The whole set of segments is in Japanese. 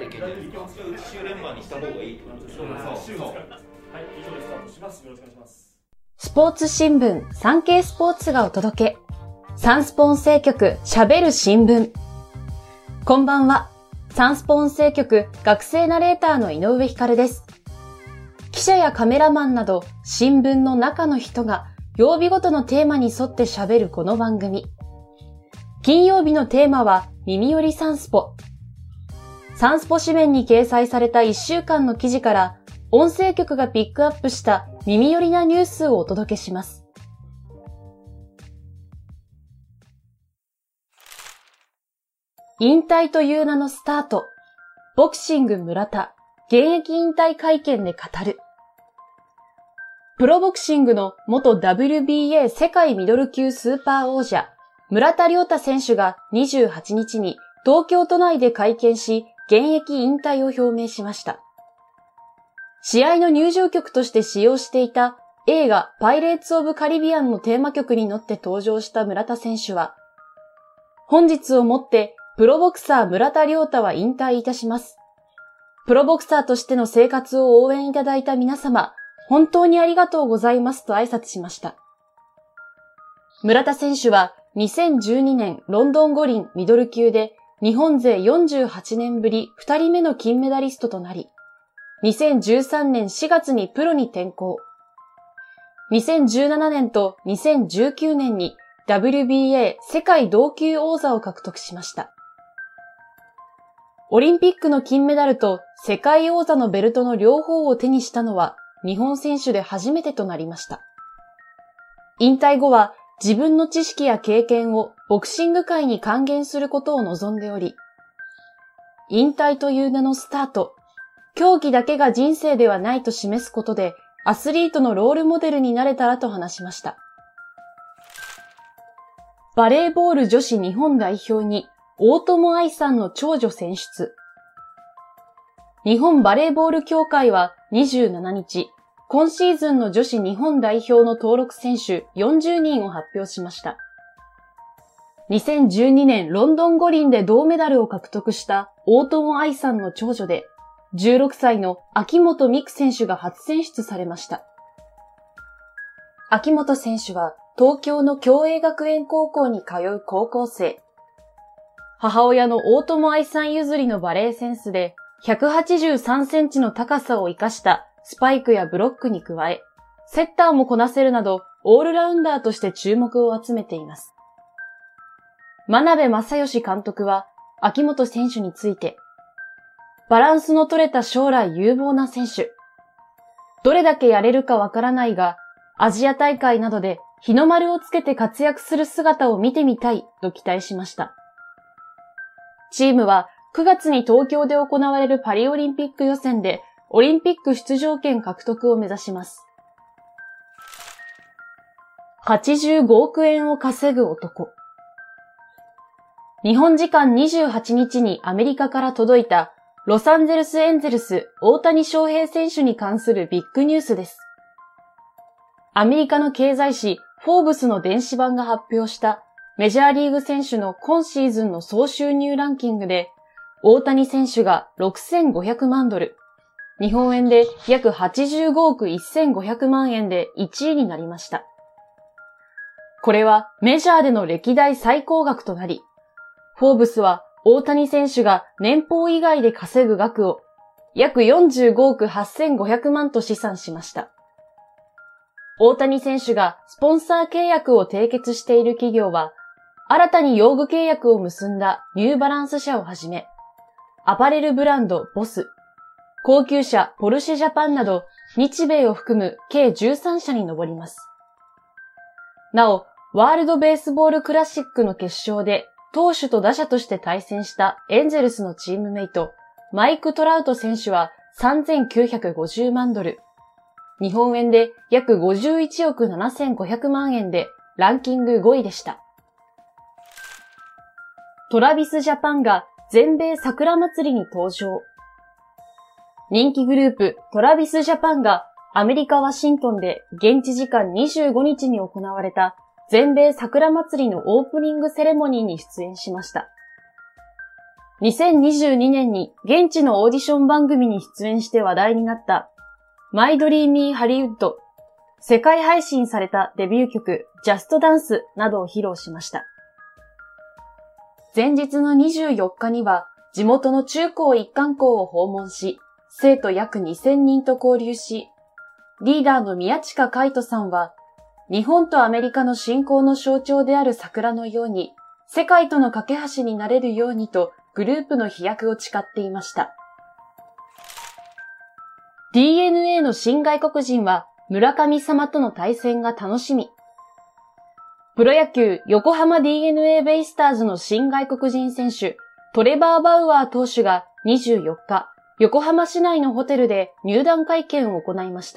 いけない。週連番にした方がいいってことでしょ。そう。 はい、以上でスタートします。よろしくお願いします。 スポーツ新聞サンケイスポーツがお届け。サンスポ音声局喋る新聞。こんばんは。サンスポ音声局学生ナレーターの井上光です。記者やカメラマンなど新聞の中の人が曜日ごとのテーマに沿って喋るこの番組。金曜日のテーマは耳よりサンスポ。サンスポ紙面に掲載された1週間の記事から音声局がピックアップした耳寄りなニュースをお届けします。引退という名のスタート。ボクシング村田、現役引退会見で語る。プロボクシングの元 WBA 世界ミドル級スーパー王者、村田諒太選手が28日に東京都内で会見し、現役引退を表明しました。試合の入場曲として使用していた映画パイレーツ・オブ・カリビアンのテーマ曲に乗って登場した村田選手は、本日をもってプロボクサー村田諒太は引退いたします。プロボクサーとしての生活を応援いただいた皆様、本当にありがとうございますと挨拶しました。村田選手は2012年ロンドン五輪ミドル級で日本勢48年ぶり2人目の金メダリストとなり、2013年4月にプロに転向。2017年と2019年に WBA 世界同級王座を獲得しました。オリンピックの金メダルと世界王座のベルトの両方を手にしたのは日本選手で初めてとなりました。引退後は自分の知識や経験をボクシング界に還元することを望んでおり、引退という名のスタート、競技だけが人生ではないと示すことでアスリートのロールモデルになれたらと話しました。バレーボール女子日本代表に大友愛さんの長女選出。日本バレーボール協会は27日、今シーズンの女子日本代表の登録選手40人を発表しました。2012年ロンドン五輪で銅メダルを獲得した大友愛さんの長女で、16歳の秋本美空選手が初選出されました。秋本選手は東京の共栄学園高校に通う高校生。母親の大友愛さん譲りのバレーセンスで183センチの高さを生かしたスパイクやブロックに加え、セッターもこなせるなどオールラウンダーとして注目を集めています。真鍋正義監督は秋本選手について、バランスの取れた将来有望な選手。どれだけやれるかわからないが、アジア大会などで日の丸をつけて活躍する姿を見てみたいと期待しました。チームは9月に東京で行われるパリオリンピック予選でオリンピック出場権獲得を目指します。85億円を稼ぐ男。日本時間28日にアメリカから届いたロサンゼルスエンゼルス大谷翔平選手に関するビッグニュースです。アメリカの経済誌フォーブスの電子版が発表したメジャーリーグ選手の今シーズンの総収入ランキングで、大谷選手が6500万ドル、日本円で約85億1500万円で1位になりました。これはメジャーでの歴代最高額となり、フォーブスは大谷選手が年俸以外で稼ぐ額を約45億8500万と試算しました。大谷選手がスポンサー契約を締結している企業は、新たに用具契約を結んだニューバランス社をはじめ、アパレルブランドボス、高級車ポルシェジャパンなど日米を含む計13社に上ります。なお、ワールドベースボールクラシックの決勝で投手と打者として対戦したエンゼルスのチームメイト、マイク・トラウト選手は3950万ドル、日本円で約51億7500万円でランキング5位でした。トラビスジャパンが全米桜祭りに登場。人気グループトラビスジャパンがアメリカ・ワシントンで現地時間25日に行われた全米桜祭りのオープニングセレモニーに出演しました。 2022年に現地のオーディション番組に出演して話題になったマイドリーミーハリウッド、世界配信されたデビュー曲ジャストダンスなどを披露しました。前日の24日には地元の中高一貫校を訪問し、生徒約2000人と交流し、リーダーの宮近海斗さんは、日本とアメリカの親交の象徴である桜のように、世界との架け橋になれるようにとグループの飛躍を誓っていました。DNA の新外国人は村上様との対戦が楽しみ。プロ野球横浜 DNA ベイスターズの新外国人選手、トレバー・バウアー投手が24日、横浜市内のホテルで入団会見を行いました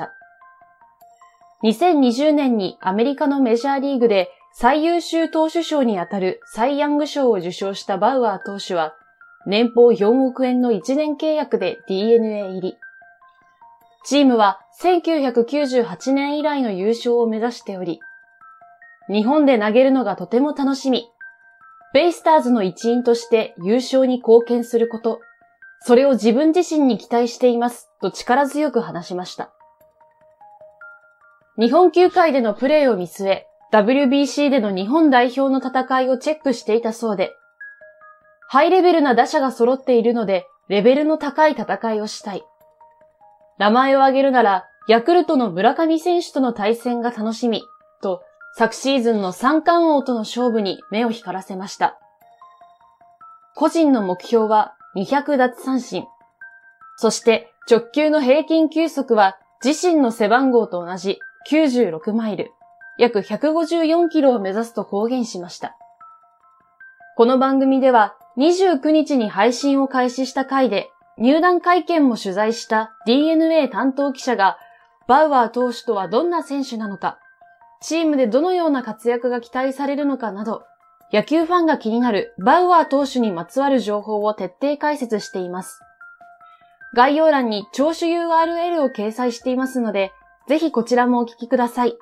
。2020年にアメリカのメジャーリーグで最優秀投手賞にあたるサイ・ヤング賞を受賞したバウアー投手は、年俸4億円の1年契約で DNA 入り。チームは1998年以来の優勝を目指しており、日本で投げるのがとても楽しみ。ベイスターズの一員として優勝に貢献すること、それを自分自身に期待していますと力強く話しました。日本球界でのプレーを見据え、WBC での日本代表の戦いをチェックしていたそうで、ハイレベルな打者が揃っているので、レベルの高い戦いをしたい。名前を挙げるなら、ヤクルトの村上選手との対戦が楽しみ、と、昨シーズンの三冠王との勝負に目を光らせました。個人の目標は200奪三振。そして直球の平均球速は自身の背番号と同じ96マイル、約154キロを目指すと公言しました。この番組では29日に配信を開始した回で入団会見も取材した DNA 担当記者がバウアー投手とはどんな選手なのか、チームでどのような活躍が期待されるのかなど、野球ファンが気になるバウアー投手にまつわる情報を徹底解説しています。概要欄に聴取 URL を掲載していますので、ぜひこちらもお聞きください。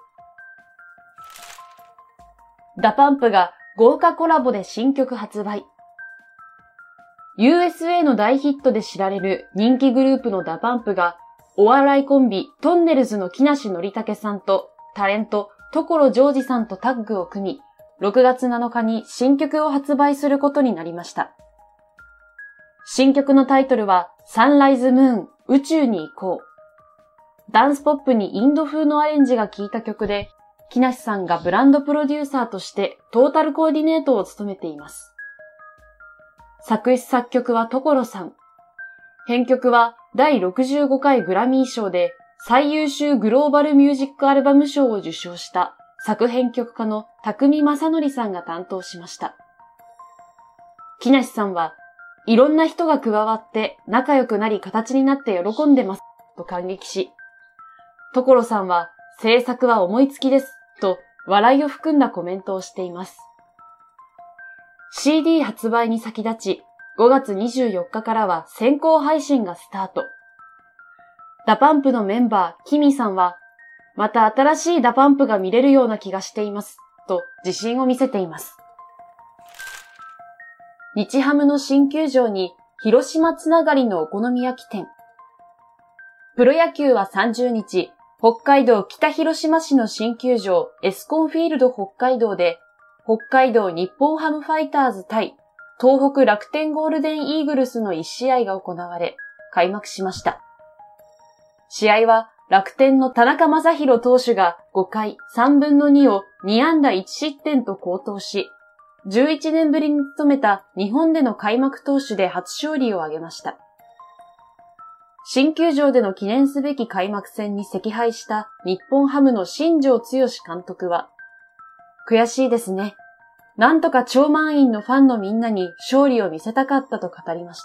ダパンプが豪華コラボで新曲発売。USA の大ヒットで知られる人気グループのダパンプが、お笑いコンビトンネルズの木梨憲武さんとタレント所ジョージさんとタッグを組み、6月7日に新曲を発売することになりました。新曲のタイトルはサンライズムーン宇宙に行こう。ダンスポップにインド風のアレンジが効いた曲で、木梨さんがブランドプロデューサーとしてトータルコーディネートを務めています。作詞作曲は所さん。編曲は第65回グラミー賞で最優秀グローバルミュージックアルバム賞を受賞した作編曲家の匠正則さんが担当しました。木梨さんは、いろんな人が加わって仲良くなり形になって喜んでますと感激し、所さんは制作は思いつきですと笑いを含んだコメントをしています。CD 発売に先立ち、5月24日からは先行配信がスタート。ダパンプのメンバー、キミさんは、また新しいダパンプが見れるような気がしています、と自信を見せています。日ハムの新球場に広島つながりのお好み焼き店。プロ野球は30日、北海道北広島市の新球場エスコンフィールド北海道で、北海道日本ハムファイターズ対東北楽天ゴールデンイーグルスの1試合が行われ、開幕しました。試合は楽天の田中将大投手が5回3分の2を2安打1失点と好投し、11年ぶりに務めた日本での開幕投手で初勝利を挙げました。新球場での記念すべき開幕戦に惜敗した日本ハムの新庄剛志監督は、悔しいですね。なんとか超満員のファンのみんなに勝利を見せたかったと語りました。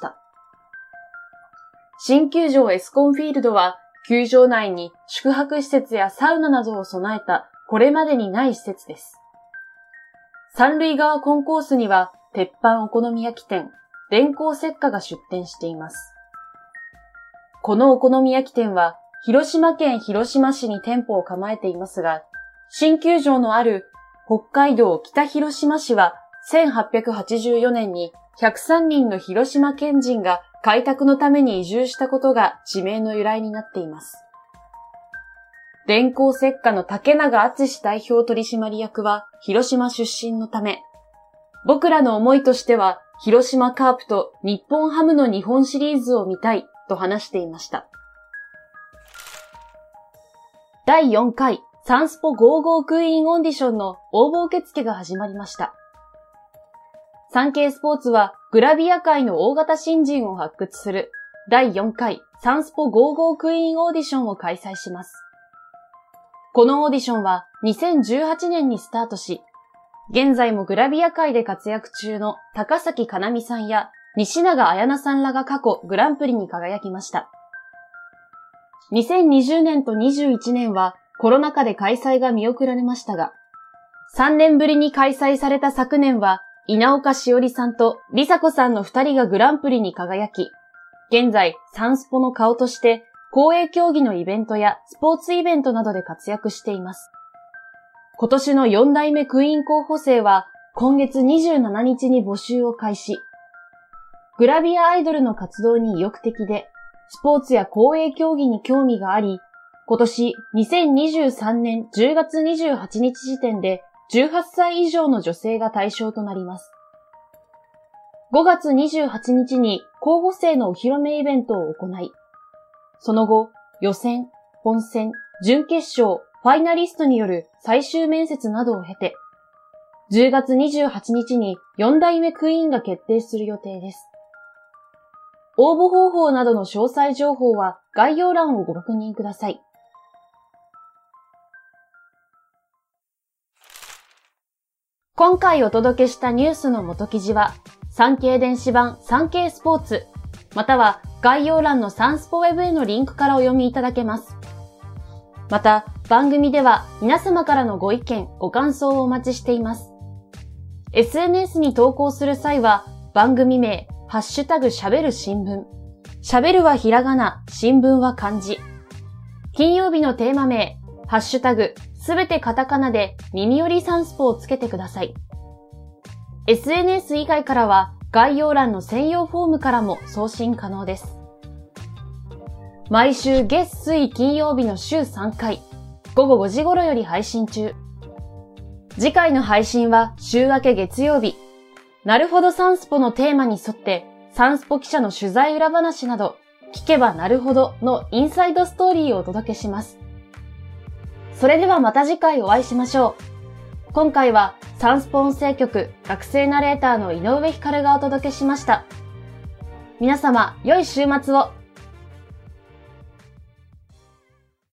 新球場エスコンフィールドは、球場内に宿泊施設やサウナなどを備えたこれまでにない施設です。三塁側コンコースには鉄板お好み焼き店、電光石火が出店しています。このお好み焼き店は広島県広島市に店舗を構えていますが、新球場のある北海道北広島市は1884年に 103人の広島県人が開拓のために移住したことが地名の由来になっています。電光石火の竹永敦代表取締役は広島出身のため、僕らの思いとしては広島カープと日本ハムの日本シリーズを見たいと話していました。第4回サンスポ55クイーンオーディションの応募受付が始まりました。サンケイスポーツはグラビア界の大型新人を発掘する第4回サンスポ55クイーンオーディションを開催します。このオーディションは2018年にスタートし、現在もグラビア界で活躍中の高崎かなみさんや西永彩菜さんらが過去グランプリに輝きました。2020年と21年はコロナ禍で開催が見送られましたが、3年ぶりに開催された昨年は稲岡しおりさんとりさこさんの2人がグランプリに輝き、現在サンスポの顔として公営競技のイベントやスポーツイベントなどで活躍しています。今年の4代目クイーン候補生は今月27日に募集を開始。グラビアアイドルの活動に意欲的で、スポーツや公営競技に興味があり、今年2023年10月28日時点で18歳以上の女性が対象となります。5月28日に候補生のお披露目イベントを行い、その後、予選、本戦、準決勝、ファイナリストによる最終面接などを経て、10月28日に4代目クイーンが決定する予定です。応募方法などの詳細情報は概要欄をご確認ください。今回お届けしたニュースの元記事は、産経電子版産経スポーツ、または概要欄のサンスポウェブへのリンクからお読みいただけます。また、番組では皆様からのご意見、ご感想をお待ちしています。SNS に投稿する際は、番組名、ハッシュタグしゃべる新聞。しゃべるはひらがな、新聞は漢字。金曜日のテーマ名、ハッシュタグ、すべてカタカナで耳よりサンスポをつけてください。SNS 以外からは、概要欄の専用フォームからも送信可能です。毎週月水金曜日の週3回、午後5時頃より配信中。次回の配信は週明け月曜日。なるほどサンスポのテーマに沿って、サンスポ記者の取材裏話など、聞けばなるほどのインサイドストーリーをお届けします。それではまた次回お会いしましょう。今回はサンスポ音声局学生ナレーターの井上光がお届けしました。皆様、良い週末を。